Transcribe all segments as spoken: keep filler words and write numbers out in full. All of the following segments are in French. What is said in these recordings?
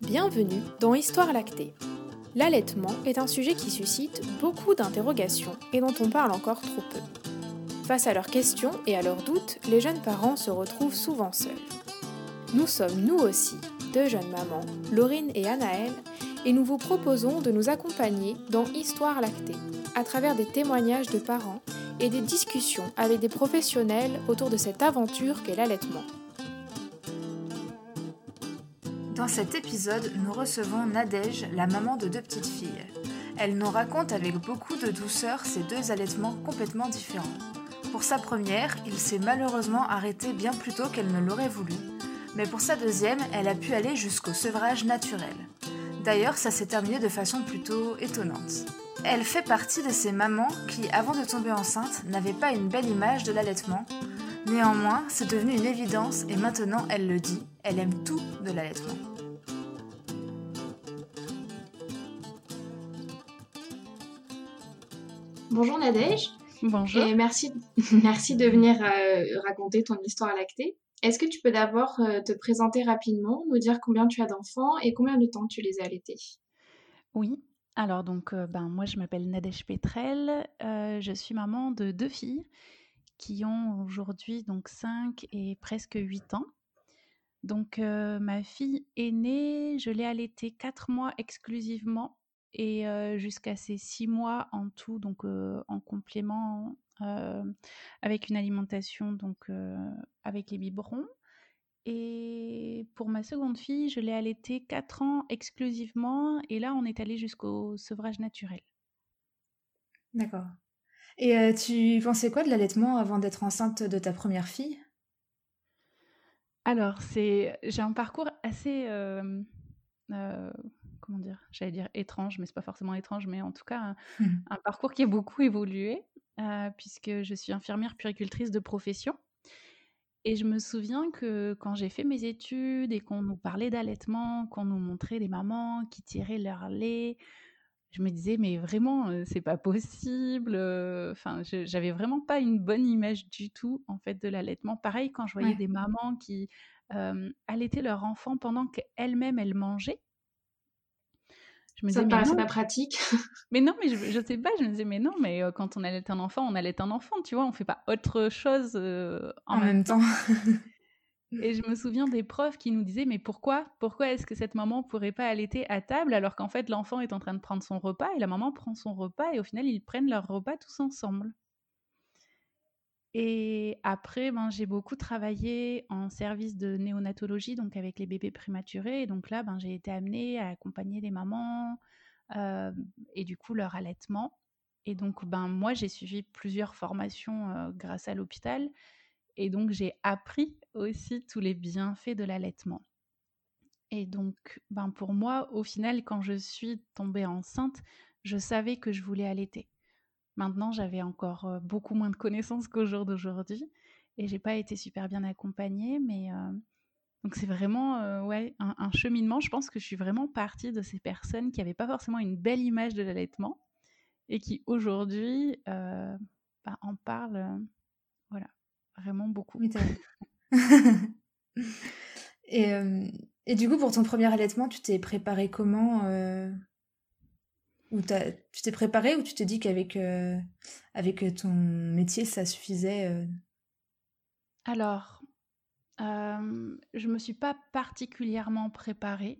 Bienvenue dans Histoire lactée. L'allaitement est un sujet qui suscite beaucoup d'interrogations et dont on parle encore trop peu. Face à leurs questions et à leurs doutes, les jeunes parents se retrouvent souvent seuls. Nous sommes nous aussi deux jeunes mamans, Laurine et Anaëlle, et nous vous proposons de nous accompagner dans Histoire lactée, à travers des témoignages de parents et des discussions avec des professionnels autour de cette aventure qu'est l'allaitement. Dans cet épisode, nous recevons Nadège, la maman de deux petites filles. Elle nous raconte avec beaucoup de douceur ces deux allaitements complètement différents. Pour sa première, il s'est malheureusement arrêté bien plus tôt qu'elle ne l'aurait voulu. Mais pour sa deuxième, elle a pu aller jusqu'au sevrage naturel. D'ailleurs, ça s'est terminé de façon plutôt étonnante. Elle fait partie de ces mamans qui, avant de tomber enceinte, n'avaient pas une belle image de l'allaitement. Néanmoins, c'est devenu une évidence et maintenant, elle le dit, elle aime tout de l'allaitement. Bonjour Nadège. Bonjour. Et merci, merci de venir euh, raconter ton histoire lactée. Est-ce que tu peux d'abord euh, te présenter rapidement, nous dire combien tu as d'enfants et combien de temps tu les as allaités? Oui, alors donc euh, ben, moi je m'appelle Nadège Pétrel, euh, je suis maman de deux filles qui ont aujourd'hui donc cinq et presque huit ans. Donc euh, ma fille aînée, je l'ai allaitée quatre mois exclusivement et euh, jusqu'à ses six mois en tout, donc euh, en complément euh, avec une alimentation donc euh, avec les biberons. Et pour ma seconde fille, je l'ai allaitée quatre ans exclusivement et là on est allé jusqu'au sevrage naturel. D'accord. Et euh, tu pensais quoi de l'allaitement avant d'être enceinte de ta première fille ? Alors, c'est, j'ai un parcours assez, euh, euh, comment dire, j'allais dire étrange, mais c'est pas forcément étrange, mais en tout cas un, un parcours qui a beaucoup évolué, euh, puisque je suis infirmière puéricultrice de profession. Et je me souviens que quand j'ai fait mes études et qu'on nous parlait d'allaitement, qu'on nous montrait des mamans qui tiraient leur lait, je me disais: «Mais vraiment, heu, c'est pas possible», heu, enfin, je j'avais vraiment pas une bonne image du tout, en fait, de l'allaitement. Pareil, quand je voyais Ouais. des mamans qui, hem, allaitaient leur enfant pendant qu'elles-mêmes, elles mangeaient, je me Ça disais: te «Mais paraissait non, pas pratique? mais non, mais je je sais pas», je me disais: «Mais non, mais heu, quand on allaite un enfant, on allaite un enfant», tu vois? On fait pas autre chose, heu, en En même même temps. temps. Et je me souviens des profs qui nous disaient: «Mais pourquoi? Pourquoi est-ce que cette maman pourrait pas allaiter à table alors qu'en fait l'enfant est en train de prendre son repas et la maman prend son repas et au final ils prennent leur repas tous ensemble?» Et après, ben, j'ai beaucoup travaillé en service de néonatologie, donc avec les bébés prématurés. Et donc là, ben, j'ai été amenée à accompagner les mamans euh, et du coup leur allaitement. Et donc, ben, moi, j'ai suivi plusieurs formations euh, grâce à l'hôpital. Et donc, j'ai appris aussi tous les bienfaits de l'allaitement. Et donc, ben, pour moi, au final, quand je suis tombée enceinte, je savais que je voulais allaiter. Maintenant, j'avais encore euh, beaucoup moins de connaissances qu'au jour d'aujourd'hui et j'ai pas été super bien accompagnée, mais euh, donc c'est vraiment euh, ouais, un, un cheminement. Je pense que je suis vraiment partie de ces personnes qui n'avaient pas forcément une belle image de l'allaitement et qui aujourd'hui euh, bah, en parlent euh, voilà, vraiment beaucoup. Oui, t'as- et, euh, et du coup, pour ton premier allaitement, tu t'es préparée comment euh, ou t'as- tu t'es préparée ou tu t'es dit qu'avec euh, avec ton métier, ça suffisait euh Alors, euh, je me suis pas particulièrement préparée.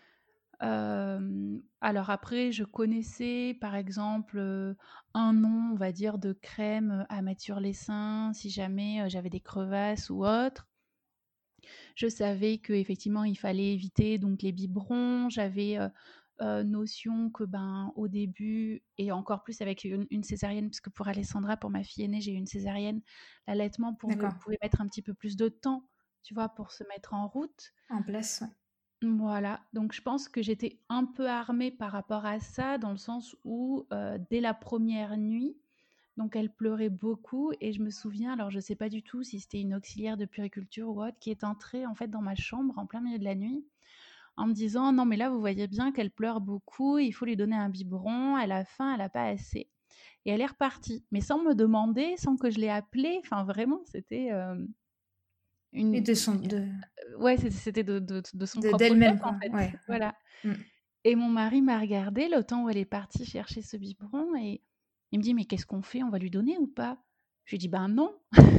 Hem, alors après, je connaissais par exemple, heu, un nom, on va dire, de crème, à mettre sur les seins si jamais, heu, j'avais des crevasses ou autre. Je savais qu'effectivement, il fallait éviter donc les biberons. J'avais, heu heu, notion que, ben, au début et encore plus avec une une césarienne, puisque pour Alessandra, pour ma fille aînée, j'ai eu une césarienne, l'allaitement pouvait D'accord. pouvait mettre un petit peu plus de temps, tu vois, pour se mettre en route. En place, ouais. Voilà, donc je pense que j'étais un peu armée par rapport à ça, dans le sens où, heu, dès la première nuit, donc elle pleurait beaucoup et je me souviens, alors je sais pas du tout si c'était une auxiliaire de puériculture ou autre, qui est entrée en fait dans ma chambre en plein milieu de la nuit, en me disant: «Non mais là vous voyez bien qu'elle pleure beaucoup, il faut lui donner un biberon, elle a faim, elle a pas assez» et elle est repartie, mais sans me demander, sans que je l'ai appelée, enfin vraiment c'était, hem Et Une de son de ouais, c'é c'était de de de son de propre d'elle-même, fait, en quoi. fait. Ouais, ouais. Voilà. Mmh. Et mon mari m'a regardée le temps où elle est partie chercher ce biberon et il me dit: «Mais qu'est-ce qu'on fait? On va lui donner ou pas?» Je lui dis: «Ben non!»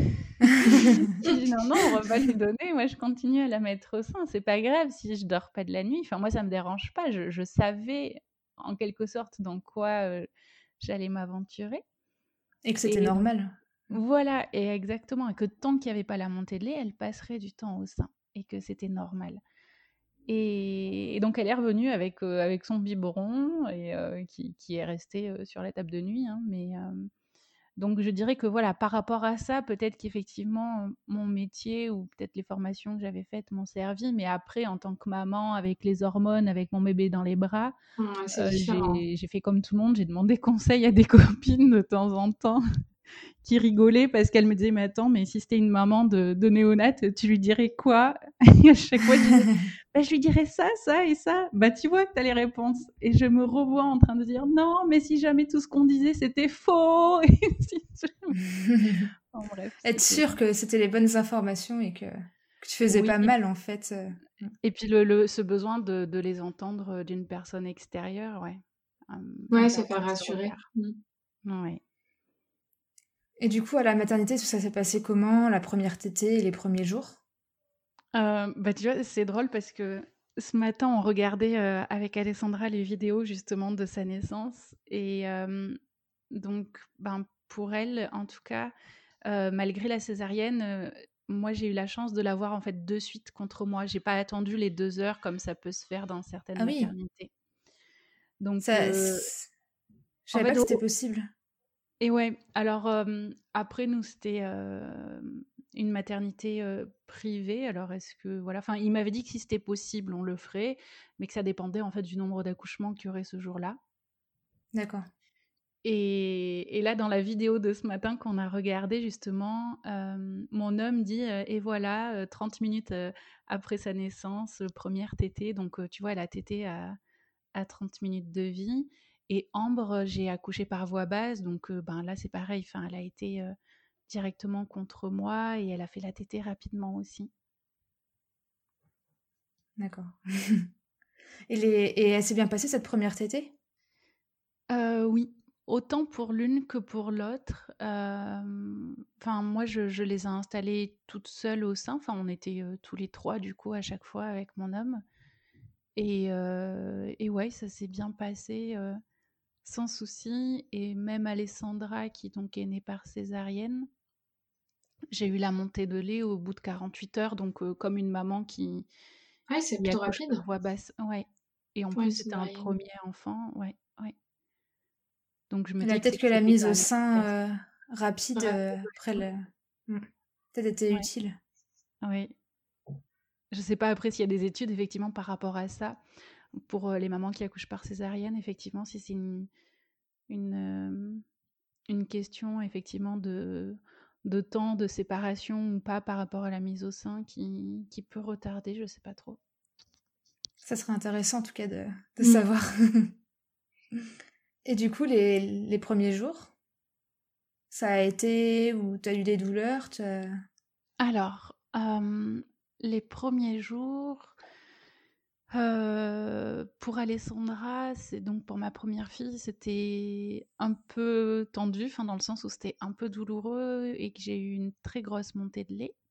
Je lui dis: «Non, non, on va pas lui donner. Moi, je continue à la mettre au sein. C'est pas grave si je dors pas de la nuit. Enfin, moi, ça me dérange pas. Je je savais en quelque sorte dans quoi, heu, j'allais m'aventurer Et que c'était et donc normal. Mmh. voilà et exactement et que tant qu'il y avait pas la montée de lait, elle passerait du temps au sein et que c'était normal et et donc elle est revenue avec, heu, avec son biberon et heu, qui qui est resté, heu, sur la table de nuit, hein, mais hem donc je dirais que voilà, par rapport à ça, peut-être qu'effectivement, mon métier ou peut-être les formations que j'avais faites m'ont servi, mais après en tant que maman, avec les hormones, avec mon bébé dans les bras, Ouais, c'est heu, différent. j'ai j'ai fait comme tout le monde, j'ai demandé conseil à des copines de temps en temps qui rigolaient parce qu'elles me disaient: «Mais attends, mais si c'était une maman de de néonat, tu lui dirais quoi?» Et à chaque fois, je disais: «Bah, je lui dirais ça, ça et ça». «Bah, tu vois que tu as les réponses» et je me revois en train de dire: «Non, mais si jamais tout ce qu'on disait, c'était faux» et si jamais enfin bref, Être c'était sûre que c'était les bonnes informations et que que tu faisais oui pas mal, en fait, heu, mmh. et puis le le ce besoin de de les entendre, heu, d'une personne extérieure, ouais, hem, un Ouais, peu ça fait avoir ce rassurer. regard. Mmh. Ouais. Et du coup, à la maternité, tout ça s'est passé comment? La première tétée et les premiers jours? Heu, bah, tu vois, c'est drôle parce que ce matin, on regardait, heu, avec Alessandra les vidéos justement de sa naissance et hem, donc ben, pour elle, en tout cas, heu, malgré la césarienne, heu, moi, j'ai eu la chance de l'avoir en fait de suite contre moi. J'ai pas attendu les deux heures comme ça peut se faire dans certaines Ah oui, maternités. Donc ça heu, c je en savais pas fait, que c'était au possible. et ouais, alors, hem, après nous, c'était, hem, une maternité, heu, privée. Alors est-ce que voilà, enfin, il m'avait dit que si c'était possible, on le ferait, mais que ça dépendait en fait du nombre d'accouchements qu'il y aurait ce jour-là. D'accord. Et et là, dans la vidéo de ce matin qu'on a regardée justement, hem, mon homme dit, heu: «Et voilà, heu, trente minutes, heu, après sa naissance, heu, première tétée». Donc, heu, tu vois, elle a tété à à trente minutes de vie et Ambre, j'ai accouché par voie basse donc, heu, ben, là, c'est pareil, enfin, elle a été, heu, directement contre moi et elle a fait la tétée rapidement aussi. D'accord. Et les et elle s'est bien passée cette première tétée? Heu, oui, autant pour l'une que pour l'autre. Hem, enfin, moi, je je les ai installées toutes seules au sein. Enfin, on était, heu, tous les trois du coup, à chaque fois avec mon homme et heu et ouais, ça s'est bien passé, heu, sans souci et même Alessandra qui donc est née par césarienne, j'ai eu la montée de lait au bout de quarante-huit heures donc heu, comme une maman qui Ouais, c'est qui plutôt accouche rapide par voie basse. Ouais et en pour une plus, c'était un césarienne. premier enfant. Ouais, ouais. Donc je me Et là, dis que peut-être c'est que la c'était mise quand au même efficace. sein, heu, rapide, heu, Rapide, après ouais. le mmh, peut-être été Ouais, utile. ouais. Je sais pas après s'il y a des études effectivement par rapport à ça, pour, heu, les mamans qui accouchent par césarienne, effectivement, si c'est une une, hem, une question effectivement de de temps, de séparation ou pas par rapport à la mise au sein qui qui peut retarder, je sais pas trop. Ça serait intéressant en tout cas de de Mmh. savoir. Et du coup, les les premiers jours, ça a été où tu as eu des douleurs? Tu as Alors, hem, les premiers jours, heu, pour Alessandra, c'est donc pour ma première fille, c'était un peu tendu, enfin dans le sens où c'était un peu douloureux et que j'ai eu une très grosse montée de lait.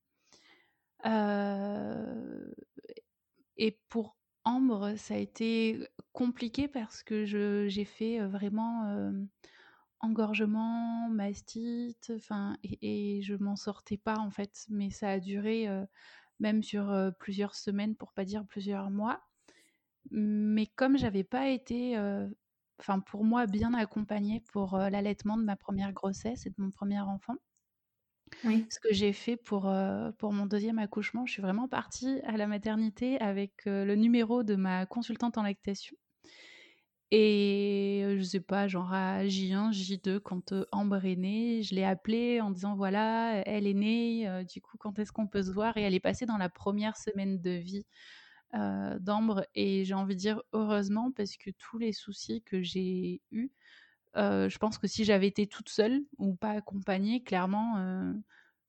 Heu et pour Ambre, ça a été compliqué parce que je j'ai fait, heu, vraiment, hem, engorgement, mastite, enfin et et je m'en sortais pas en fait, mais ça a duré, heu, même sur, heu, plusieurs semaines pour pas dire plusieurs mois. Mais comme j'avais pas été, heu, enfin pour moi bien accompagnée pour, heu, l'allaitement de ma première grossesse et de mon premier enfant, oui, ce que j'ai fait pour, heu, pour mon deuxième accouchement, je suis vraiment partie à la maternité avec, heu, le numéro de ma consultante en lactation et heu, je sais pas, genre à J un, J deux quand, heu, Ambre est née, je l'ai appelée en disant: «Voilà, elle est née, heu, du coup quand est-ce qu'on peut se voir?» et elle est passée dans la première semaine de vie, heu, d'Ambre et j'ai envie de dire heureusement parce que tous les soucis que j'ai eus, heu, je pense que si j'avais été toute seule ou pas accompagnée, clairement, heu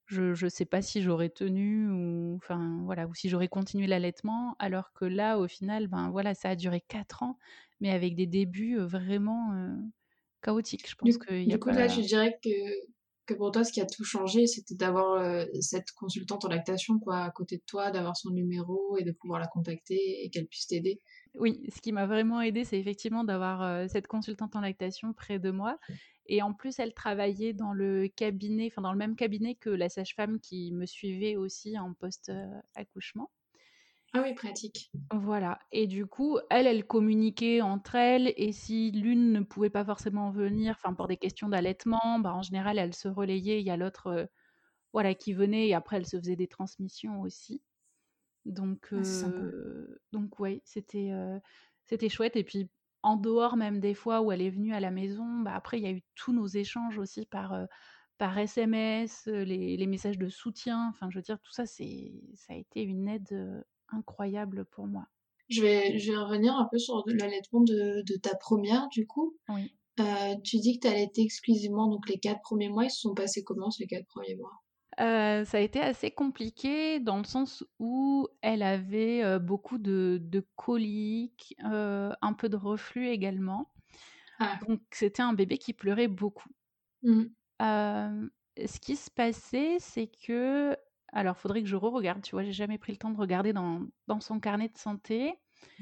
je je sais pas si j'aurais tenu ou enfin, voilà, ou si j'aurais continué l'allaitement. Alors que là, au final, ben, voilà, ça a duré quatre ans, mais avec des débuts, heu, vraiment, heu, chaotiques. Je pense Du, qu'il y a du coup, là, pas tu dirais que, que pour toi, ce qui a tout changé, c'était d'avoir euh, cette consultante en lactation, quoi, à côté de toi, d'avoir son numéro et de pouvoir la contacter et qu'elle puisse t'aider. Oui, ce qui m'a vraiment aidée, c'est effectivement d'avoir, heu, cette consultante en lactation près de moi et en plus, elle travaillait dans le cabinet, enfin, dans le même cabinet que la sage-femme qui me suivait aussi en post, heu, accouchement. Ah oui, pratique. Voilà et du coup, elles, elles communiquaient entre elles et si l'une ne pouvait pas forcément venir, enfin, pour des questions d'allaitement, bah, en général, elles se relayaient. Il y a l'autre, heu, voilà, qui venait et après, elle se faisait des transmissions aussi. Donc Ah, c'est sympa. heu, donc ouais, c'était, heu, c'était chouette et puis en dehors même des fois où elle est venue à la maison, bah, après il y a eu tous nos échanges aussi par, heu, par S M S, heu, les les messages de soutien, enfin je veux dire tout ça c'est ça a été une aide, heu, incroyable pour moi. Je vais, je vais revenir un peu sur l'allaitement de, de ta première, du coup. Oui. Euh, tu dis que tu allaitais exclusivement, donc les quatre premiers mois, ils se sont passés comment ces quatre premiers mois? Heu, ça a été assez compliqué dans le sens où elle avait, heu, beaucoup de de coliques, heu, un peu de reflux également. Ah, Donc c'était un bébé qui pleurait beaucoup. hmm. Hem, ce qui se passait, c'est que alors faudrait que je re-regarde, tu vois? J'ai jamais pris le temps de regarder dans dans son carnet de santé,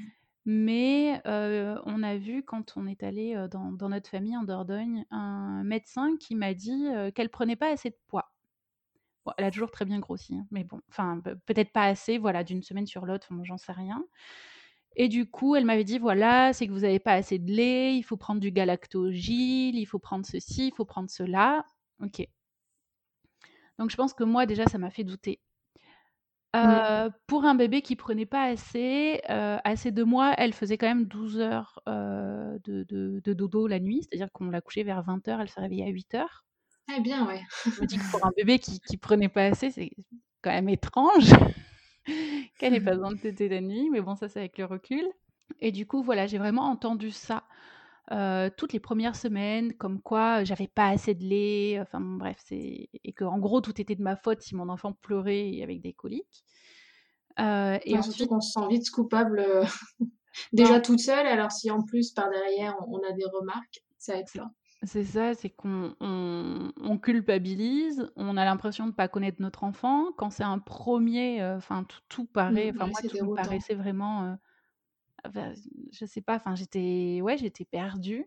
mais heu, on a vu quand on est allé, heu, dans dans notre famille en Dordogne, un médecin qui m'a dit, heu, qu'elle prenait pas assez de poids. Bon, elle a toujours très bien grossi, hein, mais bon, enfin, pe peut-être pas assez, voilà, d'une semaine sur l'autre, enfin bon, j'en sais rien et du coup, elle m'avait dit: «Voilà, c'est que vous avez pas assez de lait, il faut prendre du Galactogil, il faut prendre ceci, il faut prendre cela». OK. Donc je pense que moi déjà ça m'a fait douter. Hmm. Heu, pour un bébé qui prenait pas assez, heu, à ses deux mois, elle faisait quand même douze heures, heu, de de de dodo la nuit, c'est-à-dire qu'on l'a couchée vers vingt heures, elle se réveillait à huit heures. Ah bien, ouais. Je me dis que pour un bébé qui qui prenait pas assez, c'est quand même étrange qu'elle ait pas besoin de téter la nuit, mais bon ça c'est avec le recul et du coup voilà, j'ai vraiment entendu ça, heu, toutes les premières semaines, comme quoi, heu, j'avais pas assez de lait, enfin bon bref, c'est et qu'en gros tout était de ma faute si mon enfant pleurait avec des coliques. Heu et Ouais, surtout ensuite, qu'on se sent vite coupable euh, ben, déjà toute seule, alors si en plus par derrière on, on a des remarques, ça aide c'est pas. c'est ça, c'est qu'on on on culpabilise, on a l'impression de pas connaître notre enfant. Quand c'est un premier, er enfin tout tout paraît Hmm, enfin ouais, moi c'est tout me déroutant. paraissait vraiment, heu, enfin je sais pas, enfin j'étais ouais, j'étais perdue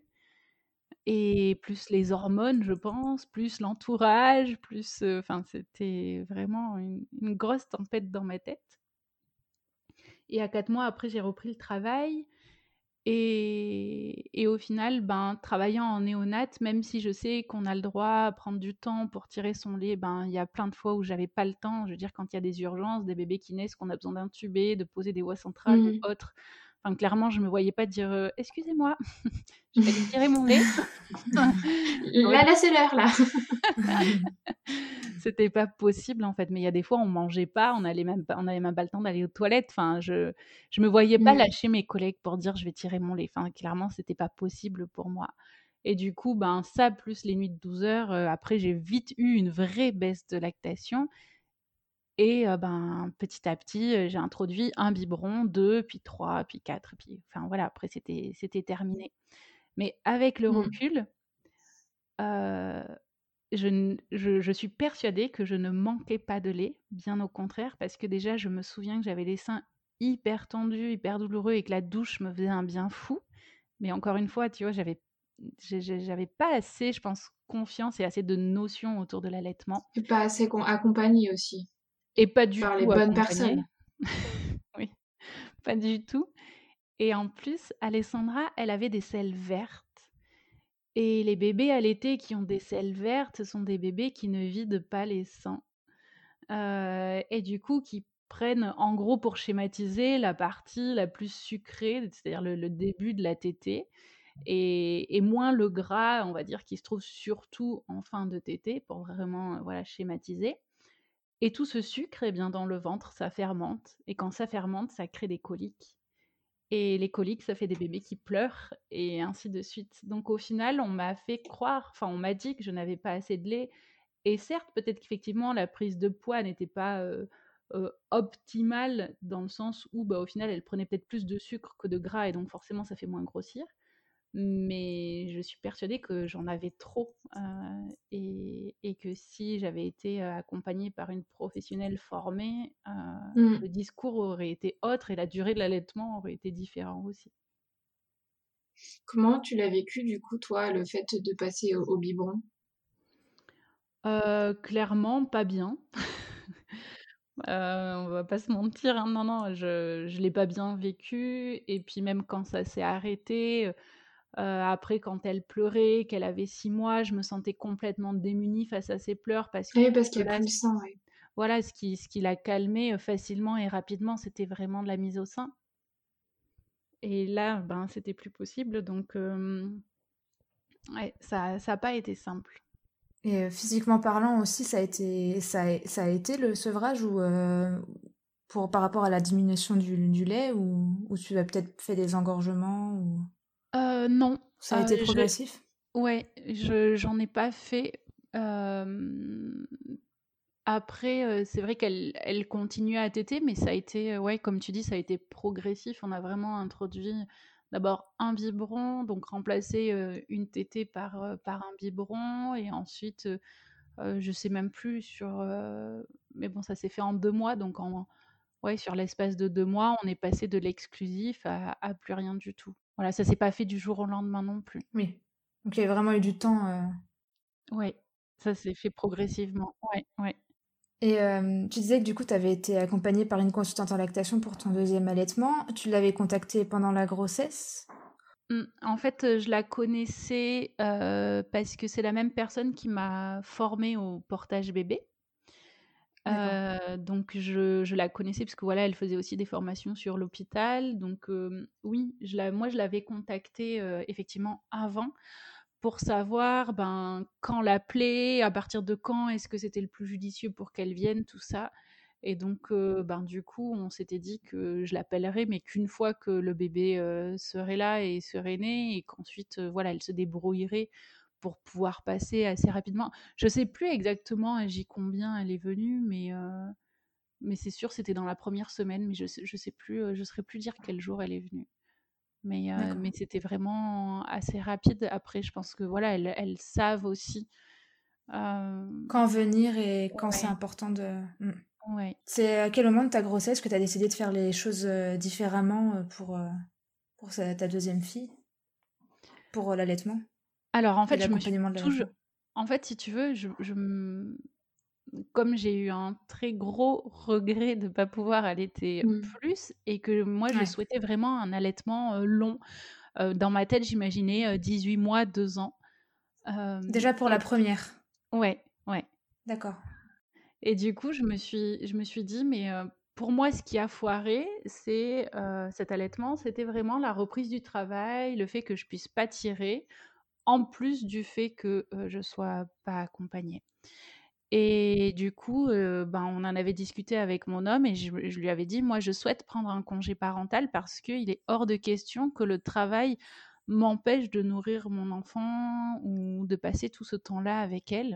et plus les hormones, je pense, plus l'entourage, plus, heu, enfin c'était vraiment une une grosse tempête dans ma tête et à quatre mois après, j'ai repris le travail. Et et au final, ben, travaillant en néonat, même si je sais qu'on a le droit à prendre du temps pour tirer son lait, ben, il y a plein de fois où j'avais pas le temps. Je veux dire, quand il y a des urgences, des bébés qui naissent, qu'on a besoin d'intuber, de poser des voies centrales ou Hmm. autres. Enfin, clairement, je me voyais pas dire, heu: «Excusez-moi, je vais aller tirer mon lait». J'aurais Là, là, c'est l'heure, là. C'était pas possible, en fait, mais il y a des fois, on mangeait pas, on allait même pas on avait même pas le temps d'aller aux toilettes. Enfin, je je me voyais pas Hmm. lâcher mes collègues pour dire: «Je vais tirer mon lait». Enfin, clairement, c'était pas possible pour moi et du coup, ben, ça plus les nuits de douze heures, heu, après j'ai vite eu une vraie baisse de lactation et heu, ben, petit à petit, heu, j'ai introduit un biberon, deux, puis trois, puis quatre, puis enfin voilà, après c'était c'était terminé. Mais avec le Hmm. recul, heu je n je je suis persuadée que je ne manquais pas de lait, bien au contraire, parce que déjà je me souviens que j'avais les seins hyper tendus, hyper douloureux et que la douche me faisait un bien fou. Mais encore une fois, tu vois, j'avais j'ai j'ai j'avais pas assez, je pense, confiance et assez de notions autour de l'allaitement Et pas assez con- accompagné aussi et pas du par les tout bonnes accompagnée. personnes. Oui, pas du tout et en plus, Alessandra, elle avait des selles vertes et les bébés allaités qui ont des selles vertes, ce sont des bébés qui ne vident pas les seins. Heu et du coup, qui prennent, en gros, pour schématiser, la partie la plus sucrée, c'est-à-dire le le début de la tétée et et moins le gras, on va dire, qui se trouve surtout en fin de tétée pour vraiment, heu, voilà, schématiser et tout ce sucre et bien, dans le ventre, ça fermente et quand ça fermente, ça crée des coliques et les coliques, ça fait des bébés qui pleurent et ainsi de suite. Donc au final, on m'a fait croire enfin, on m'a dit que je n'avais pas assez de lait Et certes, peut-être qu'effectivement, la prise de poids n'était pas euh, euh, optimale dans le sens où, bah, au final, elle prenait peut-être plus de sucre que de gras et donc forcément, ça fait moins grossir. Mais je suis persuadée que j'en avais trop euh, et, et que si j'avais été euh, accompagnée par une professionnelle formée, euh, Mm. le discours aurait été autre et la durée de l'allaitement aurait été différente aussi. Comment tu l'as vécu, du coup, toi, le fait de passer au, au biberon? Euh, clairement, pas bien. Euh, on va pas se mentir, hein, non, non, je je l'ai pas bien vécu et puis même quand ça s'est arrêté, heu, après quand elle pleurait, qu'elle avait six mois, je me sentais complètement démunie face à ses pleurs parce Oui, parce qu'il que n'y a là, plus le sein, ouais. voilà, ce qui ce qui l'a calmée, heu, facilement et rapidement, c'était vraiment de la mise au sein et là, ben, c'était plus possible donc hem, ouais, ça ça a pas été simple. Et euh, physiquement parlant aussi, ça a été, ça a, ça a été le sevrage ou euh, pour, par rapport à la diminution du, du lait ou, ou tu as peut-être fait des engorgements ou Heu, non, ça a heu, été je progressif? ouais, je j'en ai pas fait, hem Après, heu, c'est vrai qu'elle elle continuait à téter, mais ça a été, heu, ouais, comme tu dis, ça a été progressif. On a vraiment introduit d'abord un biberon, donc remplacer, heu, une tétée par, heu, par un biberon et ensuite, heu heu, je sais même plus sur, heu mais bon, ça s'est fait en deux mois, donc en ouais, sur l'espace de deux mois, on est passé de l'exclusif à à plus rien du tout. Voilà, ça s'est pas fait du jour au lendemain non plus. Oui. Donc il y a vraiment eu du temps. euh. Ouais, ça s'est fait progressivement. Ouais, ouais. Et euh, tu disais que du coup, tu avais été accompagnée par une consultante en lactation pour ton deuxième allaitement. Tu l'avais contactée pendant la grossesse? Mmh, en fait, heu, je la connaissais, heu, parce que c'est la même personne qui m'a formée au portage bébé. D'accord. Heu, donc je je la connaissais parce que, voilà, elle faisait aussi des formations sur l'hôpital. Donc hem, oui, je la moi, je l'avais contactée, heu, effectivement avant pour savoir, ben, quand l'appeler, à partir de quand est-ce que c'était le plus judicieux pour qu'elle vienne, tout ça. Et donc heu, ben, du coup, on s'était dit que je l'appellerais, mais qu'une fois que le bébé, heu, serait là et serait né et qu'ensuite, heu, voilà, elle se débrouillerait pour pouvoir passer assez rapidement. Je sais plus exactement à J combien elle est venue, mais heu, mais c'est sûr, c'était dans la première semaine, mais je sais je sais plus, heu, je saurais plus dire quel jour elle est venue. Mais heu, D'accord. mais c'était vraiment assez rapide. Après, je pense que, voilà, elles elles savent aussi, hem Quand venir et quand c'est ouais, important de... Mm. ouais. C'est à quel moment de ta grossesse que tu as décidé de faire les choses euh, différemment euh, pour, euh, pour sa- ta deuxième fille, pour euh, l'allaitement Alors, en et fait, je me suis l'accompagnement de touj l'allaitement? en fait, si tu veux, je je m comme j'ai eu un très gros regret de ne pas pouvoir allaiter Mm. plus et que moi, je Ouais. souhaitais vraiment un allaitement, heu, long. Heu, dans ma tête, j'imaginais, heu, dix-huit mois, deux ans. Hem Déjà pour la et première. ouais, ouais. D'accord. Et du coup, je me suis je me suis dit: «Mais, heu, pour moi, ce qui a foiré, c'est, heu, cet allaitement, c'était vraiment la reprise du travail, le fait que je puisse pas tirer, en plus du fait que, heu, je sois pas accompagnée». Et du coup, heu, ben, on en avait discuté avec mon homme et je je lui avais dit: «Moi, je souhaite prendre un congé parental parce qu'il est hors de question que le travail m'empêche de nourrir mon enfant ou de passer tout ce temps-là avec elle».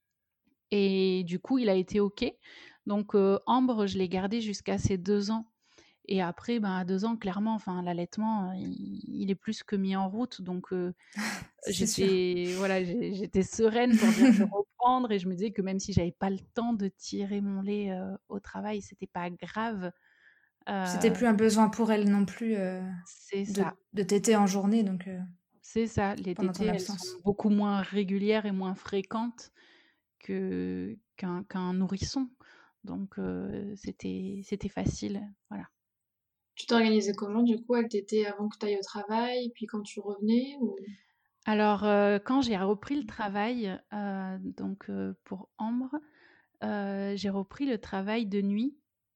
Et du coup, il a été OK. Donc, heu, Ambre, je l'ai gardée jusqu'à ses deux ans et après, ben, à deux ans, clairement, enfin, l'allaitement, heu, il il est plus que mis en route. Donc, heu, C'est sûr. j'étais voilà, j'ai j'étais sereine pour dire de reprendre et je me disais que même si j'avais pas le temps de tirer mon lait, heu, au travail, c'était pas grave. C'était Heu, plus un besoin pour elle non plus euh, c'est de, ça, de téter en journée, donc euh, c'est ça. Les pendant ton tétées, elles sont absence. beaucoup moins régulières et moins fréquentes que qu'un qu'un nourrisson. Donc, heu, c'était c'était facile, voilà. Tu t'organisais comment, du coup? Elle t'était avant que tu ailles au travail, puis quand tu revenais ou... Alors, heu, quand j'ai repris le travail, heu, donc, heu, pour Ambre, heu, j'ai repris le travail de nuit.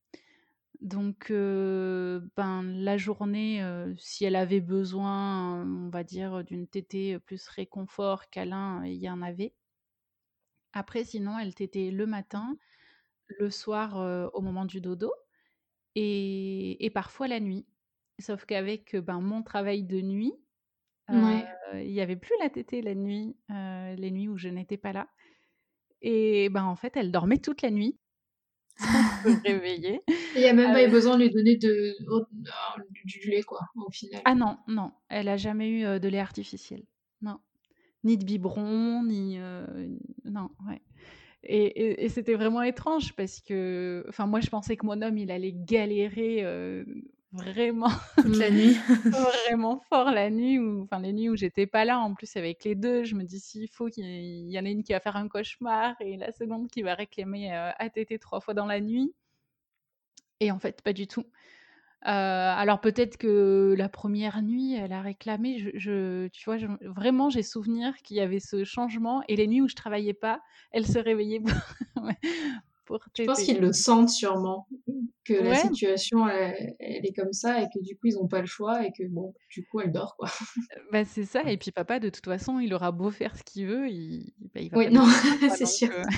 Donc, heu, ben, la journée, heu, si elle avait besoin, on va dire, d'une tétée, plus réconfort, câlin, il y en avait. Après sinon, elle tétait le matin, le soir, heu, au moment du dodo et et parfois la nuit. Sauf qu'avec, heu, ben, mon travail de nuit, heu, Ouais. il y avait plus la tétée la nuit, heu, les nuits où je n'étais pas là et ben, en fait, elle dormait toute la nuit sans se réveiller. Il y a même pas eu Heu besoin de lui donner de au du du lait quoi, au final. ah non, non, elle a jamais eu, heu, de lait artificiel. Non, ni de biberon, ni, heu, non, ouais. Et et et c'était vraiment étrange parce que enfin moi je pensais que mon homme il allait galérer, heu, vraiment Toute la nuit. vraiment fort la nuit ou enfin les nuits où j'étais pas là en plus avec les deux. Je me dis: «S'il faut qu'il y en a une qui va faire un cauchemar et la seconde qui va réclamer, heu, à téter trois fois dans la nuit» et en fait pas du tout. Heu, alors peut-être que la première nuit elle a réclamé, je je tu vois? Je vraiment j'ai souvenir qu'il y avait ce changement et les nuits où je travaillais pas, elle se réveillait pour ouais, pour Je pense téter. qu'ils le sentent sûrement, que la Ouais, situation elle elle est comme ça et que du coup ils ont pas le choix et que bon, du coup elle dort quoi. bah, c'est ça et puis papa de toute façon il aura beau faire ce qu'il veut, il bah, il va Oui, pas non, dormir quoi c'est donc sûr. heu,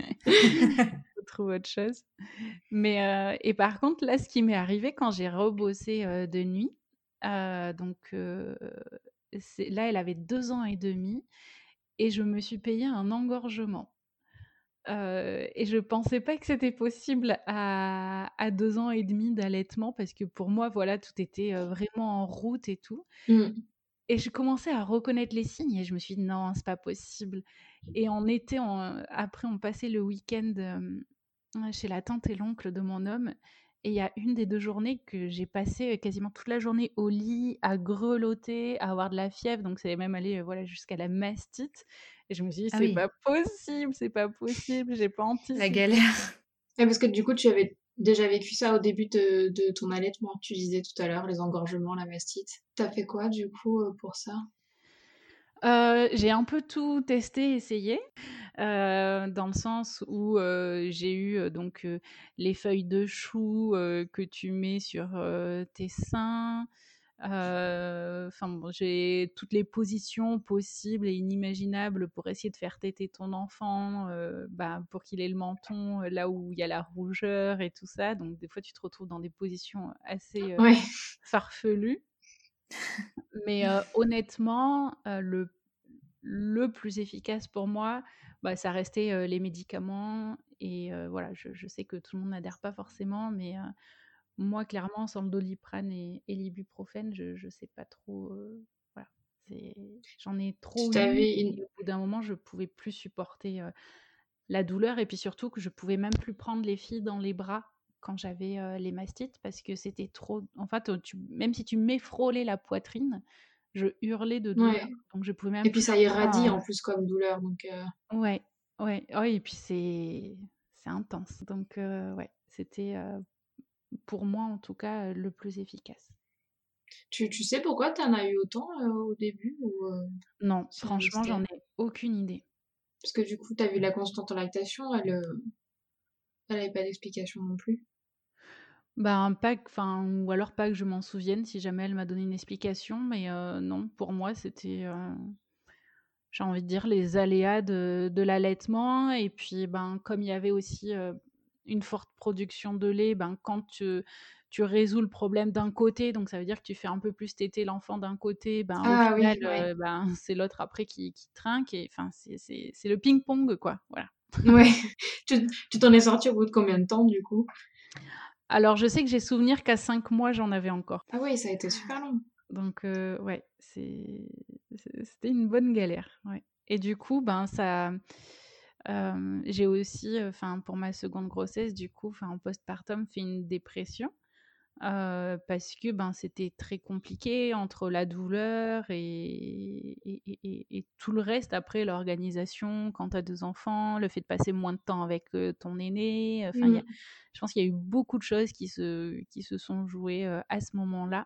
faut trouver autre chose. Mais heu et par contre là ce qui m'est arrivé quand j'ai rebossé, heu, de nuit, heu, donc heu, c'est là elle avait deux ans et demi et je me suis payé un engorgement. Heu et je pensais pas que c'était possible à à deux ans et demi d'allaitement parce que pour moi, voilà, tout était, heu, vraiment en route et tout Mmh. et je commençais à reconnaître les signes et je me suis dit: «Non, c'est pas possible» et on était en après on passait le week-end, hem, chez la tante et l'oncle de mon homme et il y a une des deux journées que j'ai passé, quasiment toute la journée au lit, à grelotter, à avoir de la fièvre, donc c'est même allé, heu, voilà, jusqu'à la mastite et je me suis dit: Ah «C'est oui, pas possible, c'est pas possible, j'ai pas la anticipé». galère. Ouais, parce que du coup tu avais déjà vécu ça au début de de ton allaitement. Tu disais tout à l'heure les engorgements, la mastite. Tu as fait quoi du coup, heu, pour ça? Heu, j'ai un peu tout testé, essayé, heu, dans le sens où, heu, j'ai eu, heu, donc, heu, les feuilles de chou, heu, que tu mets sur, heu, tes seins, heu, enfin bon, j'ai toutes les positions possibles et inimaginables pour essayer de faire téter ton enfant, heu, bah, pour qu'il ait le menton, heu, là où il y a la rougeur et tout ça. Donc des fois, tu te retrouves dans des positions assez, heu, Ouais. farfelues. Mais, heu, honnêtement, heu, le le plus efficace pour moi, bah, ça restait, heu, les médicaments et heu, voilà, je je sais que tout le monde n'adhère pas forcément, mais heu, moi clairement sans le Doliprane et et l'ibuprofène, je je sais pas trop, heu, voilà, c'est j'en ai Tu trop eu t'avais une et au bout d'un moment, je pouvais plus supporter, heu, la douleur et puis surtout que je pouvais même plus prendre les filles dans les bras quand j'avais, heu, les mastites parce que c'était trop en fait, heu, tu même si tu m'effrålais la poitrine, je hurlais de douleur, ouais donc je pouvais et même puis plus ça leur irradie prendre. en plus comme douleur donc heu, Ouais, ouais, ouais et puis c'est c'est intense donc heu, ouais, c'était, heu, pour moi en tout cas, heu, le plus efficace. tu tu sais pourquoi tu en as eu autant, heu, au début ou heu, Non, c'est un franchement, j'en mystère? ai aucune idée. Parce que du coup tu as vu la constante en lactation, elle, heu, elle avait pas d'explication non plus? Ben, pas q enfin ou alors pas que je m'en souvienne si jamais elle m'a donné une explication mais heu, non, pour moi c'était, heu, j'ai envie de dire les aléas de de l'allaitement et puis, ben, comme il y avait aussi, heu, une forte production de lait, ben, quand, heu, tu résous le problème d'un côté, donc ça veut dire que tu fais un peu plus téter l'enfant d'un côté, ben, au Ah final, oui, ouais. heu, ben, c'est l'autre après qui qui trinque et enfin c'est c'est c'est le ping-pong quoi, voilà. Ouais. Tu tu t'en es sortie au bout de combien de temps du coup? Alors je sais que j'ai souvenir qu'à cinq mois, j'en avais encore. Ah oui, ça a été super long. Donc heu, ouais, c'est c'est c'était une bonne galère, ouais et du coup, ben, ça, hem, j'ai aussi, enfin, pour ma seconde grossesse, du coup, enfin, en postpartum, fait une dépression, heu, parce que, ben, c'était très compliqué entre la douleur et et et et et tout le reste après, l'organisation quand tu as deux enfants, le fait de passer moins de temps avec, heu, ton aîné, enfin, il y a Mmh. je pense qu'il y a eu beaucoup de choses qui se qui se sont jouées, heu, à ce moment-là.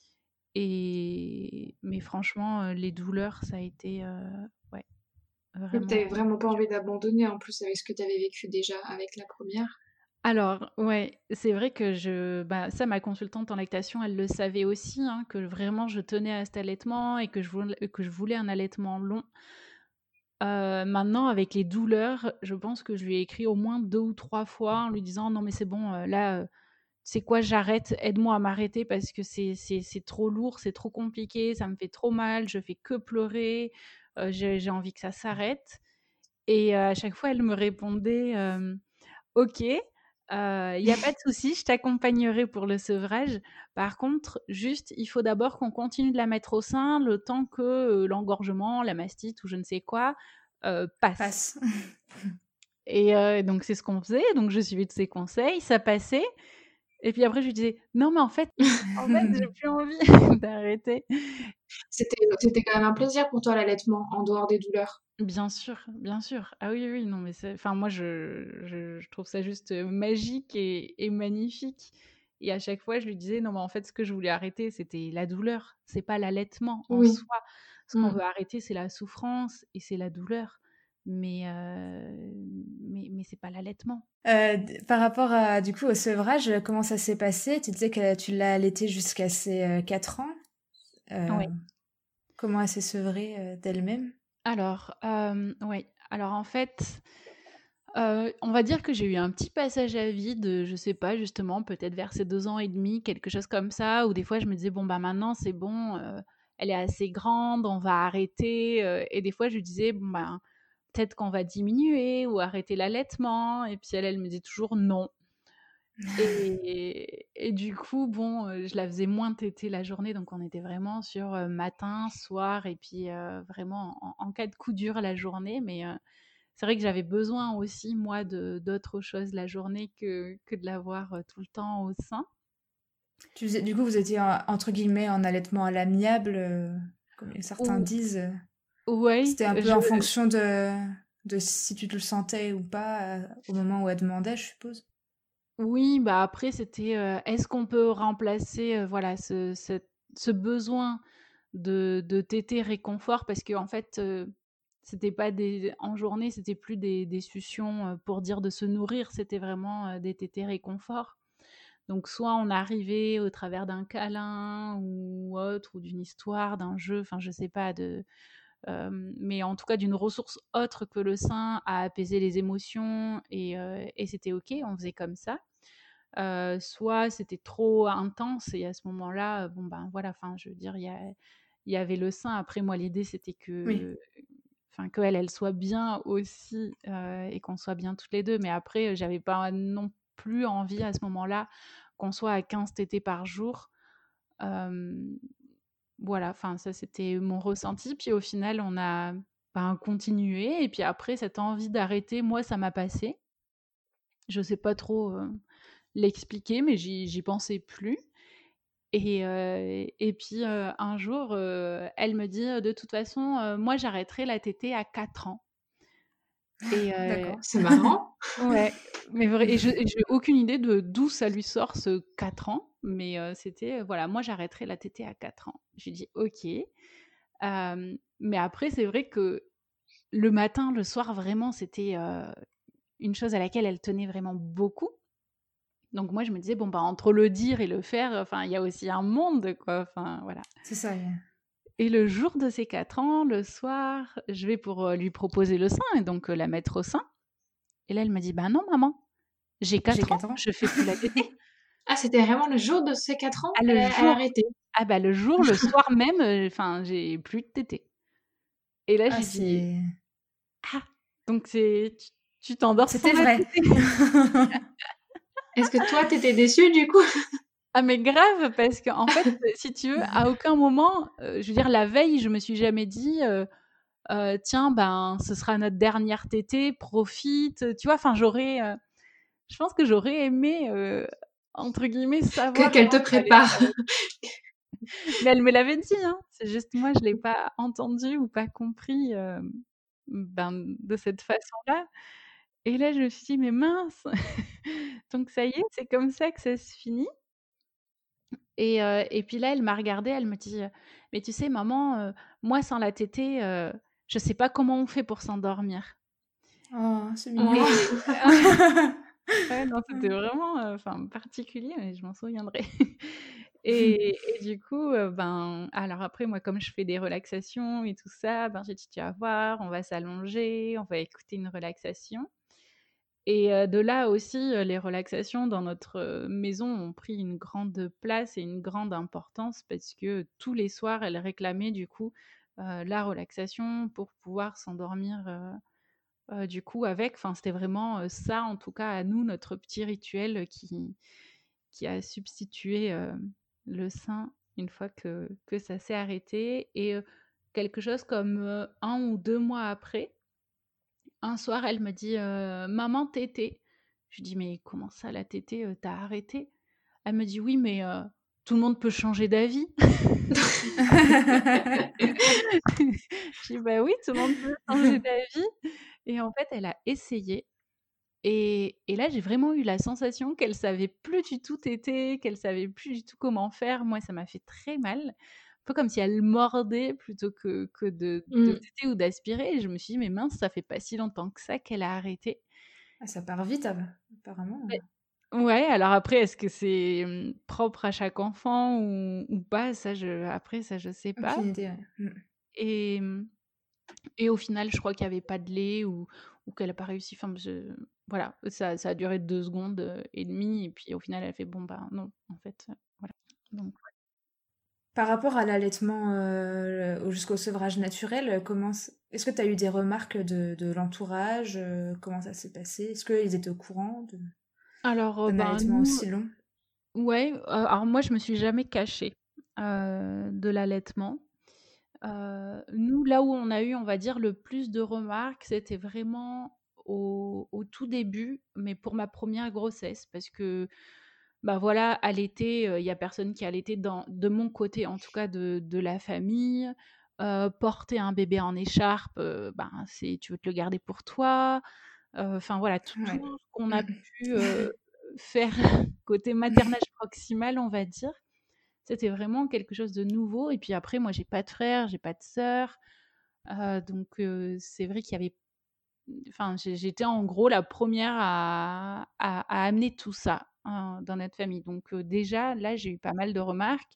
Et mais franchement, heu, les douleurs, ça a été, heu, ouais, Donc tu vraiment avais vraiment pas envie d'abandonner en plus avec ce que tu avais vécu déjà avec la première. alors ouais, c'est vrai que je bah, ça ma consultante en lactation, elle le savait aussi, hein, que vraiment je tenais à cet allaitement et que je voulais que je voulais un allaitement long. Heu, maintenant avec les douleurs, je pense que je lui ai écrit au moins deux ou trois fois en lui disant: «Non mais c'est bon, heu, là, heu, tu sais quoi? J'arrête, aide-moi à m'arrêter parce que c'est c'est c'est trop lourd, c'est trop compliqué, ça me fait trop mal, je fais que pleurer, heu, j'ai j'ai envie que ça s'arrête». Et euh, à chaque fois, elle me répondait euh, OK, il n'y a pas de souci, je t'accompagnerai pour le sevrage. Par contre, juste, il faut d'abord qu'on continue de la mettre au sein le temps que euh, l'engorgement, la mastite ou je ne sais quoi euh, passe. Passe. Et euh, donc, c'est ce qu'on faisait. Donc, je suivais tous ses conseils, ça passait. Et puis après, je lui disais, non, mais en fait, en fait, j'ai plus envie d'arrêter. C'était, c'était quand même un plaisir pour toi l'allaitement, en dehors des douleurs. Bien sûr, bien sûr. Ah oui, oui, non, mais c'est... Enfin, moi, je, je, je trouve ça juste euh, magique et, et magnifique. Et à chaque fois, je lui disais, non, mais en fait, ce que je voulais arrêter, c'était la douleur. C'est pas l'allaitement en Oui. soi. Ce qu'on Mm. veut arrêter, c'est la souffrance et c'est la douleur. Mais, euh, mais, mais c'est pas l'allaitement. Euh, d- par rapport à, du coup, au sevrage, comment ça s'est passé? Tu disais que tu l'as allaitée jusqu'à ses euh, quatre ans. Euh, Oui. comment elle s'est sevrée euh, d'elle-même? Alors, euh, oui. Alors, en fait, euh, on va dire que j'ai eu un petit passage à vide, je sais pas, justement, peut-être vers ses deux ans et demi, quelque chose comme ça, où des fois je me disais, bon, bah maintenant c'est bon, euh, elle est assez grande, on va arrêter. euh, et des fois je lui disais, bon, bah peut-être qu'on va diminuer ou arrêter l'allaitement. Et puis elle, elle me disait toujours non. Et, et du coup, bon, euh, je la faisais moins téter la journée, donc on était vraiment sur euh, matin, soir, et puis euh, vraiment en, en cas de coup dur la journée. Mais euh, c'est vrai que j'avais besoin aussi, moi, de d'autre chose la journée que, que de l'avoir euh, tout le temps au sein. Tu faisais- du coup, vous étiez en- entre guillemets en allaitement à l'amiable, euh, comme certains Ou, disent. euh, ouais, C'était un peu je, en fonction de, de si tu te le sentais ou pas euh, au moment où elle demandait, je suppose. oui, bah après, c'était euh, est-ce qu'on peut remplacer euh, voilà, ce, ce, ce besoin de, de téter réconfort parce que en fait, euh, c'était pas des en journée, c'était plus des, des suctions euh, pour dire de se nourrir, c'était vraiment euh, des tétés réconfort. Donc soit on arrivait au travers d'un câlin ou autre, ou d'une histoire, d'un jeu, enfin je sais pas, de, euh, mais en tout cas d'une ressource autre que le sein à apaiser les émotions et, euh, et c'était ok, on faisait comme ça. Euh, soit c'était trop intense et à ce moment-là, euh, bon ben voilà, enfin je veux dire, il y, a, il y avait le sein. Après moi, l'idée c'était Oui. que, enfin qu'elle, elle soit bien aussi euh, et qu'on soit bien toutes les deux. Mais après, euh, j'avais pas non plus envie à ce moment-là qu'on soit à quinze tétés par jour. Euh, voilà, enfin ça c'était mon ressenti. Puis au final, on a ben, continué et puis après cette envie d'arrêter, moi ça m'a passé. Je sais pas trop euh, l'expliquer, mais j'y j'y pensais plus. Et, euh, et puis euh, un jour, euh, elle me dit, de toute façon, euh, moi j'arrêterai la tétée à quatre ans. Et euh, D'accord. C'est marrant. ouais, mais vrai, et je et j'ai aucune idée de d'où ça lui sort ce quatre ans, mais euh, c'était, euh, voilà, moi j'arrêterai la tétée à quatre ans. J'ai dit OK. Euh, mais après, c'est vrai que le matin, le soir, vraiment, c'était euh, une chose à laquelle elle tenait vraiment beaucoup. Donc moi, je me disais, bon, bah, entre le dire et le faire, enfin, il y a aussi un monde, quoi. Enfin, voilà. C'est ça. Yeah. Et le jour de ses quatre ans, le soir, je vais pour euh, lui proposer le sein et donc euh, la mettre au sein. Et là, elle me dit, bah non, maman, j'ai J'ai quatre ans, quatre ans. je fais plus la tétée. Ah, c'était vraiment le jour de ses quatre ans, Ah, elle le a, elle a jour, arrêté. ah bah le jour, le soir même, euh, enfin, j'ai plus de tétée. Et là, Ah, j'ai dit, c'est... ah, donc c'est, tu tu t'endors sans C'était la vrai. tétée. Est-ce que toi, t'étais déçue du coup? Ah mais grave, parce qu'en fait, si tu veux, à aucun moment, euh, je veux dire, la veille, je me suis jamais dit, euh, euh, tiens, ben, ce sera notre dernière tétée, profite. Tu vois, enfin, j'aurais, euh, je pense que j'aurais aimé, euh, entre guillemets, Que- savoir Qu'elle comment te ça allait se prépare. passer. Mais elle me l'avait dit, hein. C'est juste moi, je l'ai pas entendu ou pas compris, euh, ben, de cette façon-là. Et là, je me suis dit, mais mince, donc ça y est, c'est comme ça que ça se finit. Et, heu et puis là, elle m'a regardée, elle me dit, heu: «Mais tu sais maman, heu, moi sans la tétée, heu, je sais pas comment on fait pour s'endormir». Oh, c'est mignon. Oh. Et ouais, non, c'était vraiment, heu, enfin particulier, mais je m'en souviendrai. Et et du coup, heu, ben, alors après moi, comme je fais des relaxations et tout ça, ben, j'ai dit: «Tu vas voir, on va s'allonger, on va écouter une relaxation». Et heu, de là aussi, heu, les relaxations dans notre, heu, maison ont pris une grande place et une grande importance parce que tous les soirs, elle réclamait du coup, heu, la relaxation pour pouvoir s'endormir, heu, Heu, du coup avec, enfin c'était vraiment, heu, ça en tout cas à nous, notre petit rituel qui qui a substitué, heu, le sein une fois que que ça s'est arrêté et heu, quelque chose comme, heu, un ou deux mois après, un soir elle me dit, heu: «Maman tété». Je lui dis: «Mais comment ça la tétée, heu, tu as arrêté?» Elle me dit: «Oui mais heu, tout le monde peut changer d'avis». Je dis: «Bah oui, tout le monde peut changer d'avis» et en fait elle a essayé et et là j'ai vraiment eu la sensation qu'elle savait plus du tout téter, qu'elle savait plus du tout comment faire. Moi ça m'a fait très mal, un peu comme si elle mordait plutôt que que de de Mmh. téter ou d'aspirer et je me suis dit: «Mais mince, ça fait pas si longtemps que ça qu'elle a arrêté». Ah, ça part vite, av apparemment, Mais heu. ouais, alors après est-ce que c'est, mmh, propre à chaque enfant ou ou pas? Ça je après ça je sais pas Aucune idée, ouais. Mmh. et mmh et au final je crois qu'il y avait pas de lait ou ou qu'elle a pas réussi, enfin je voilà, ça ça a duré deux secondes, heu, et demie et puis au final elle a fait: «Bon bah non, en fait, heu, voilà». Donc ouais. Par rapport à l'allaitement, heu, au jusqu'au sevrage naturel, heu, comment c est-ce que tu as eu des remarques de de l'entourage? Heu, comment ça s'est passé? Est-ce qu'ils étaient au courant de Alors, heu, d'un ben allaitement nous aussi long? ouais, heu, alors moi je me suis jamais cachée, heu, de l'allaitement. Heu, nous là où on a eu, on va dire, le plus de remarques, c'était vraiment au au tout début, mais pour ma première grossesse parce que, bah, voilà, allaiter, heu, il y a personne qui allaitait dans de mon côté en tout cas de de la famille. Heu, porter un bébé en écharpe, heu, ben, c'est tu veux te le garder pour toi. Heu, enfin voilà, tout Ouais. tout ce qu'on a Mmh. pu, heu, faire côté maternage proximal, on va dire, c'était vraiment quelque chose de nouveau et puis après moi j'ai pas de frère, j'ai pas de sœur, heu, donc heu, c'est vrai qu'il y avait enfin j'ai j'étais en gros la première à à à amener tout ça, hein, dans notre famille. Donc heu, déjà là, j'ai eu pas mal de remarques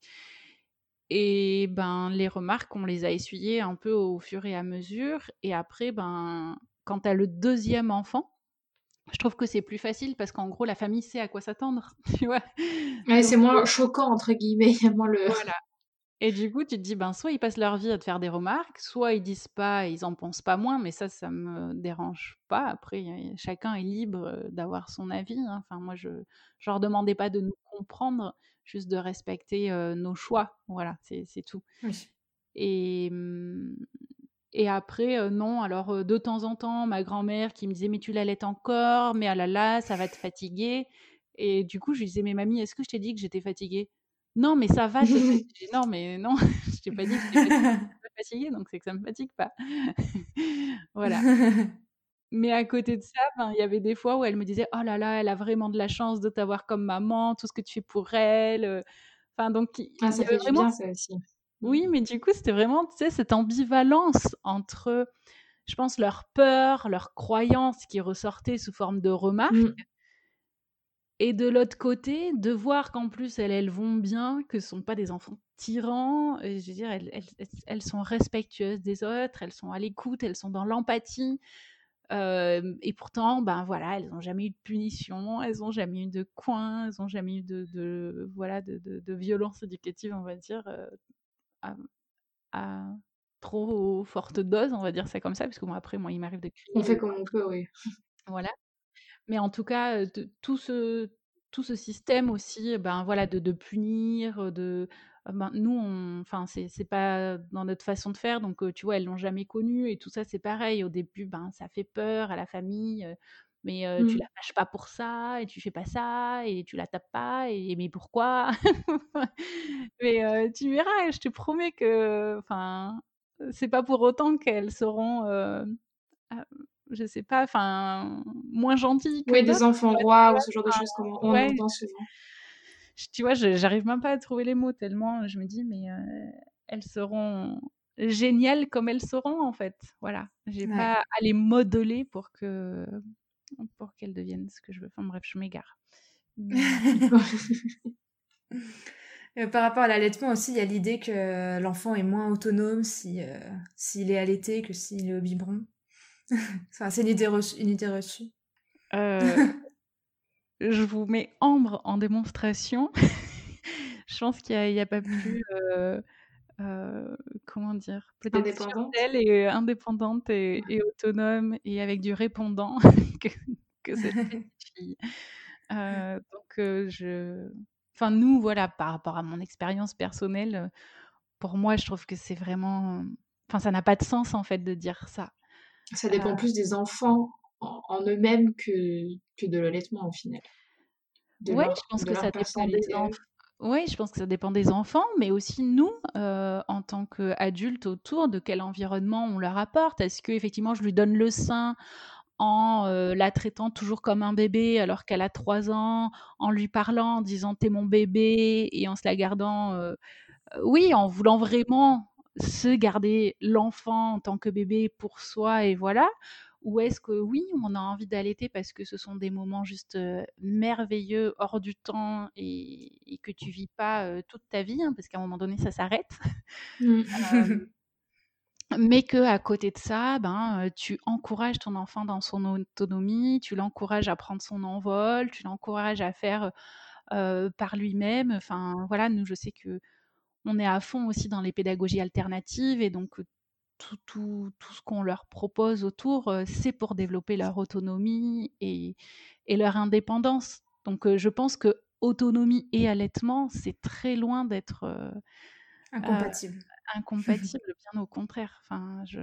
et ben, les remarques, on les a essuyées un peu au fur et à mesure et après, ben, quand tu as le deuxième enfant, je trouve que c'est plus facile parce qu'en gros la famille sait à quoi s'attendre, tu vois? Ouais, Donc c'est moins heu, «choquant» entre guillemets, il y a moins le voilà. Et du coup, tu te dis, ben, soit ils passent leur vie à te faire des remarques, soit ils disent pas et ils en pensent pas moins, mais ça, ça me dérange pas. Après, heu, chacun est libre, heu, d'avoir son avis, hein. Enfin, moi, je je leur demandais pas de nous comprendre, juste de respecter, heu, nos choix. Voilà, c'est c'est tout. Oui. Et mmh et après, heu, non, alors, heu, de temps en temps, ma grand-mère qui me disait: «Mais tu l'allaites encore? Mais ah là là, ça va te fatiguer» et du coup, je lui disais: «Mais mamie, est-ce que je t'ai dit que j'étais fatiguée?» «Non, mais ça va te fatiguer». Je dis: «Non, mais non, je t'ai pas dit que j'étais fatiguée, je suis pas fatiguée, donc c'est que ça me fatigue pas». Voilà. Mais à côté de ça, ben, il y avait des fois où elle me disait: «Oh là là, elle a vraiment de la chance de t'avoir comme maman, tout ce que tu fais pour elle», heu, enfin donc il Ah, il y ça avait fait du vraiment bien c ça aussi. Mmh. oui, mais du coup, c'était vraiment, tu sais, cette ambivalence entre, je pense, leur peur, leurs croyances qui ressortaient sous forme de remarques Mmh. et de l'autre côté, de voir qu'en plus elles, elles vont bien, que ce sont pas des enfants tyrans, et je veux dire, elles elles elles elles sont respectueuses des autres, elles sont à l'écoute, elles sont dans l'empathie, hem et pourtant, ben, voilà, elles ont jamais eu de punition, elles ont jamais eu de coins, elles ont jamais eu de de voilà, de de de violence éducative, on va dire, heu, à à trop forte dose, on va dire ça comme ça, parce que bon, après, moi, il m'arrive de On crier fait ou comme on peut, oui. voilà. Mais en tout cas, heu, de tout ce tout ce système aussi, ben, voilà, de de punir, heu, de ah ben, nous, on enfin, c'est c'est pas dans notre façon de faire, donc heu, tu vois, elles l'ont jamais connu et tout ça, c'est pareil. Au début, ben, ça fait peur à la famille, heu, mais heu, tu la Mmh. fâches pas pour ça et tu fais pas ça et tu la tapes pas et mais pourquoi? Mais heu, tu verras, je te promets que enfin, c'est pas pour autant qu'elles seront, heu, ah, je sais pas, enfin, moins gentilles que Oui, des d'autres, enfants quoi, tu rois ou vois? ce genre de choses comme on on Ouais, entend souvent. j tu vois, je j'arrive même pas à trouver les mots tellement je me dis: «Mais heu, elles seront géniales comme elles seront, en fait». Voilà, j'ai Ouais. pas à les modeler pour que pour qu'elles deviennent ce que je veux. Enfin bref, je m'égare. Mais heu Heu, par rapport à l'allaitement aussi, il y a l'idée que l'enfant est moins autonome si, heu, s'il est allaité que s'il est au biberon. Enfin, c'est une idée reçue une idée reçue. heu, je vous mets Ambre en démonstration. Je pense qu'il y a il y a pas plus, heu heu, comment dire? Peut-être sûre Indépendante? d'elle et heu, indépendante et et autonome et avec du répondant que que cette petite fille. Heu, donc heu, je enfin nous, voilà, par rapport à mon expérience personnelle, heu, pour moi, je trouve que c'est vraiment enfin ça n'a pas de sens, en fait, de dire ça. Ça Heu, dépend plus des enfants en en eux-mêmes que que de l'allaitement, au final. De ouais, je leur pense de que ça leur dépend des personnalité à enf eux. ouais, je pense que ça dépend des enfants, mais aussi nous, heu, en tant qu'adultes autour, de quel environnement on leur apporte. Est-ce qu'effectivement je lui donne le sein en, heu, la traitant toujours comme un bébé alors qu'elle a trois ans, en lui parlant, en disant: «Tu es mon bébé» et en se la gardant, heu heu, oui, en voulant vraiment se garder l'enfant en tant que bébé pour soi et voilà? Ou est-ce que oui, on a envie d'allaiter parce que ce sont des moments juste, heu, merveilleux, hors du temps et et que tu vis pas, heu, toute ta vie, hein, parce qu'à un moment donné ça s'arrête. Mmh. Mais qu'à côté de ça, ben, heu, tu encourages ton enfant dans son autonomie, tu l'encourages à prendre son envol, tu l'encourages à faire, heu, par lui-même. Enfin, voilà, nous, je sais qu'on est à fond aussi dans les pédagogies alternatives et donc, heu, tout tout tout ce qu'on leur propose autour, heu, c'est pour développer leur autonomie et et leur indépendance. Donc, heu, je pense que autonomie et allaitement, c'est très loin d'être, heu heu, Incompatible. incompatibles, bien au contraire. Enfin, je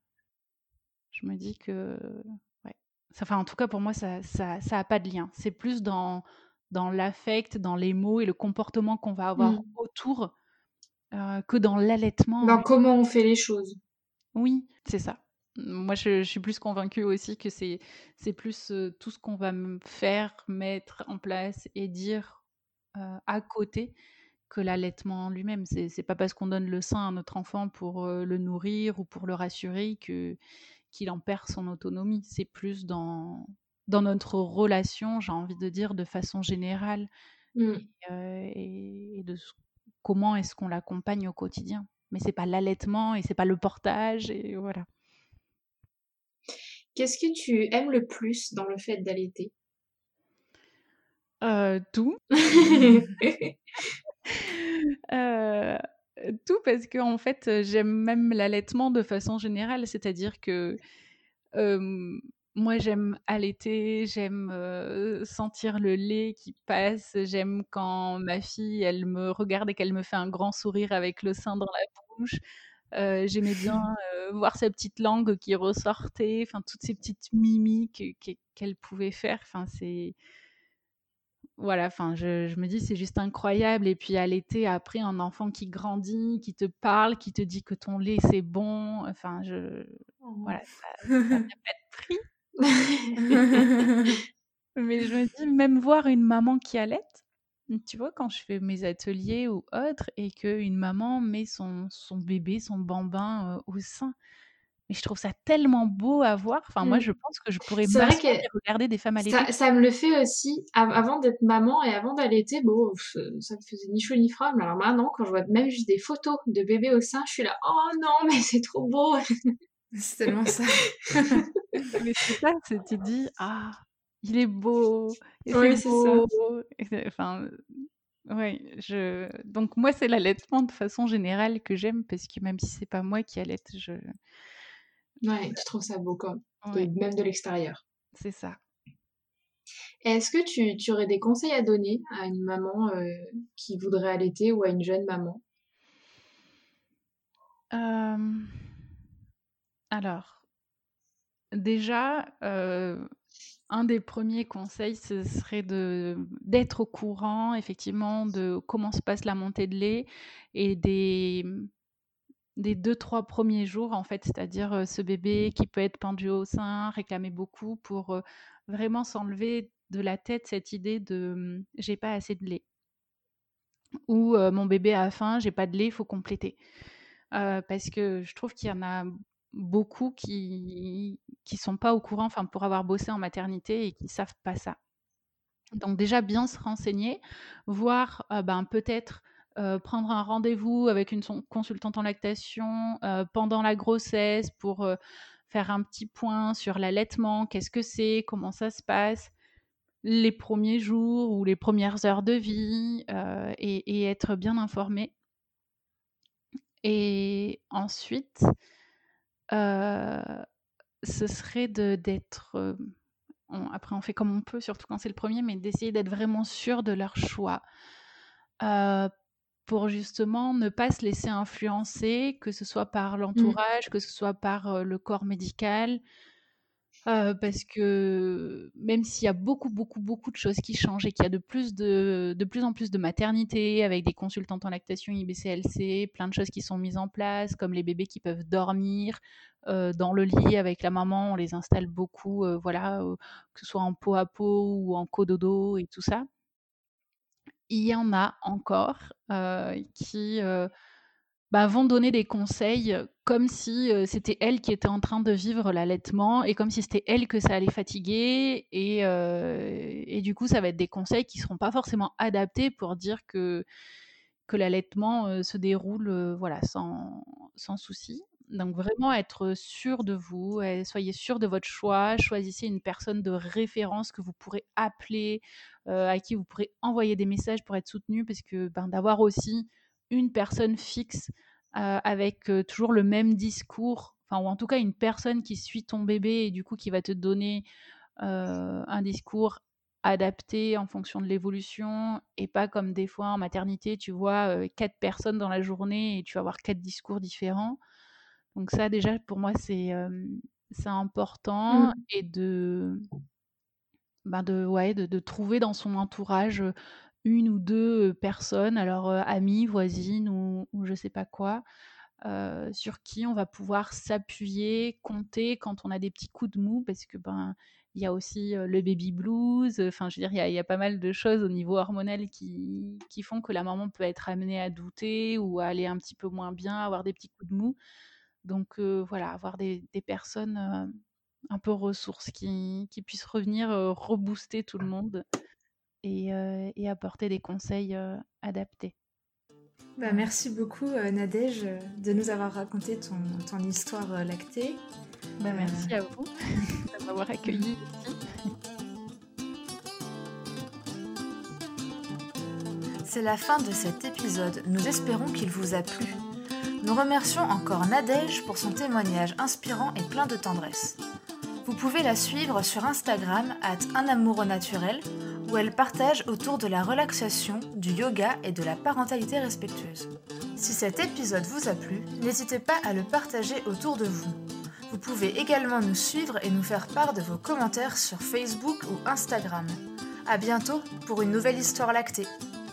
je me dis que ouais, ça enfin, en tout cas, pour moi, ça ça ça a pas de lien. C'est plus dans dans l'affect, dans les mots et le comportement qu'on va avoir Mmh. autour, heu, que dans l'allaitement en Dans lui comment on fait les choses. oui, c'est ça. Moi, je je suis plus convaincue aussi que c'est c'est plus, heu, tout ce qu'on va m faire, mettre en place et dire, heu, à côté que l'allaitement en lui-même. C'est c'est pas parce qu'on donne le sein à notre enfant pour, heu, le nourrir ou pour le rassurer que qu'il en perd son autonomie. C'est plus dans dans notre relation, j'ai envie de dire, de façon générale Mmh. et heu et et de ce comment est-ce qu'on l'accompagne au quotidien. Mais c'est pas l'allaitement et c'est pas le portage et voilà. Qu'est-ce que tu aimes le plus dans le fait d'allaiter? Heu, tout, heu, tout parce qu'en fait, heu, j'aime même l'allaitement de façon générale. C'est-à-dire que, hem, moi j'aime allaiter, j'aime, heu, sentir le lait qui passe, j'aime quand ma fille, elle me regarde et qu'elle me fait un grand sourire avec le sein dans la bouche. Heu, j'aimais bien, heu, voir sa petite langue qui ressortait, enfin toutes ces petites mimiques qu'e qu'elle pouvait faire. Enfin c'est voilà, enfin, je je me dis: «C'est juste incroyable» et puis allaiter après un enfant qui grandit, qui te parle, qui te dit que ton lait, c'est bon, enfin je Oh. voilà, ça ça n'a pas de prix. Mais je me dis même voir une maman qui allaite, tu vois? Quand je fais mes ateliers ou autres et qu'une maman met son son bébé, son bambin, heu, au sein, mais je trouve ça tellement beau à voir. Enfin moi, Mmh. je pense que je pourrais C'est vrai m'asseoir que et regarder des femmes allaiter ça toute ça me le fait aussi. Av avant d'être maman et avant d'allaiter, bon, heu, ça me faisait ni chaud ni froid, mais alors maintenant, quand je vois même juste des photos de bébés au sein, je suis là: «Oh non, mais c'est trop beau!» C'est tellement ça. mais c'est ça, c'est tu te dis: «Ah, il est beau et c'est Oui, c'est ça. beau» et c'est enfin, ouais, je donc moi, c'est l'allaitement de façon générale que j'aime parce que même si c'est pas moi qui allaite, je Ouais, tu trouves ça beau quoi, de ouais, même de l'extérieur. c'est ça. Est-ce que tu tu aurais des conseils à donner à une maman, heu, qui voudrait allaiter ou à une jeune maman? Hem, alors déjà, heu, un des premiers conseils, ce serait de d'être au courant effectivement de comment se passe la montée de lait et des, mmh, des deux trois premiers jours en fait, c'est-à-dire, heu, ce bébé qui peut être pendu au sein, réclamer beaucoup pour, heu, vraiment s'enlever de la tête cette idée de, mmh: «J'ai pas assez de lait» ou heu: «Mon bébé a faim, j'ai pas de lait, il faut compléter». Heu, parce que je trouve qu'il y en a beaucoup qui qui sont pas au courant, enfin pour avoir bossé en maternité et qui savent pas ça. Donc déjà bien se renseigner, voir, heu, ben, peut-être, heu, prendre un rendez-vous avec une son consultante en lactation, heu, pendant la grossesse pour, heu, faire un petit point sur l'allaitement. Qu'est-ce que c'est? Comment ça se passe? Les premiers jours ou les premières heures de vie, heu et et être bien informé Et ensuite, heu, ce serait de d'être, heu, on après on fait comme on peut, surtout quand c'est le premier, mais d'essayer d'être vraiment sûr de leur choix. Heu, pour justement ne pas se laisser influencer, que ce soit par Mmh. l'entourage, que ce soit par, heu, le corps médical. Heu, parce que même s'il y a beaucoup, beaucoup, beaucoup de choses qui changent et qu'il y a de plus de de plus en plus de maternités avec des consultantes en lactation I B C L C, plein de choses qui sont mises en place, comme les bébés qui peuvent dormir, heu, dans le lit avec la maman. On les installe beaucoup, heu, voilà, heu, que ce soit en peau à peau ou en cododo et tout ça. Il y en a encore, heu, qui, heu, bah, vont donner des conseils, heu, comme si, heu, c'était elles qui étaient en train de vivre l'allaitement et comme si c'était elles que ça allait fatiguer et heu et du coup, ça va être des conseils qui seront pas forcément adaptés pour dire que que l'allaitement, heu, se déroule, heu, voilà, sans sans souci. Donc vraiment être sûr de vous et soyez sûr de votre choix. Choisissez une personne de référence que vous pourrez appeler, heu, à qui vous pourrez envoyer des messages pour être soutenu parce que, ben, d'avoir aussi une personne fixe, heu, avec, heu, toujours le même discours, enfin ou en tout cas une personne qui suit ton bébé et du coup qui va te donner, heu, un discours adapté en fonction de l'évolution et pas comme des fois en maternité, tu vois, heu, quatre personnes dans la journée et tu vas avoir quatre discours différents. Donc ça déjà pour moi c'est, hem, c'est important Mmh. et de, ben, de ouais, de de trouver dans son entourage, heu, une ou deux heu, personnes, alors, heu, amies, voisines ou ou je sais pas quoi, heu, sur qui on va pouvoir s'appuyer, compter quand on a des petits coups de mou parce que, ben, il y a aussi, heu, le baby blues, enfin je veux dire il y a il y a pas mal de choses au niveau hormonal qui qui font que la maman peut être amenée à douter ou à aller un petit peu moins bien, avoir des petits coups de mou. Donc heu, voilà, avoir des des personnes, heu, un peu ressources qui qui puissent revenir, heu, rebooster tout le monde et heu et apporter des conseils, heu, adaptés. Bah, merci beaucoup, euh, Nadège, euh, de nous avoir raconté ton, ton histoire euh, lactée. Bah, Euh, merci à vous de m'avoir accueillie ici. C'est la fin de cet épisode. Nous espérons qu'il vous a plu. Nous remercions encore Nadège pour son témoignage inspirant et plein de tendresse. Vous pouvez la suivre sur Instagram arobase un amour au naturel où elle partage autour de la relaxation, du yoga et de la parentalité respectueuse. Si cet épisode vous a plu, n'hésitez pas à le partager autour de vous. Vous pouvez également nous suivre et nous faire part de vos commentaires sur Facebook ou Instagram. À bientôt pour une nouvelle histoire lactée.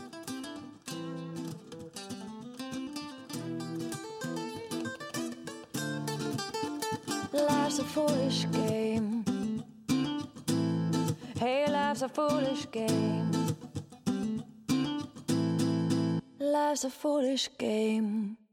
Life's a foolish game. Hey, life's a foolish game. Life's a foolish game.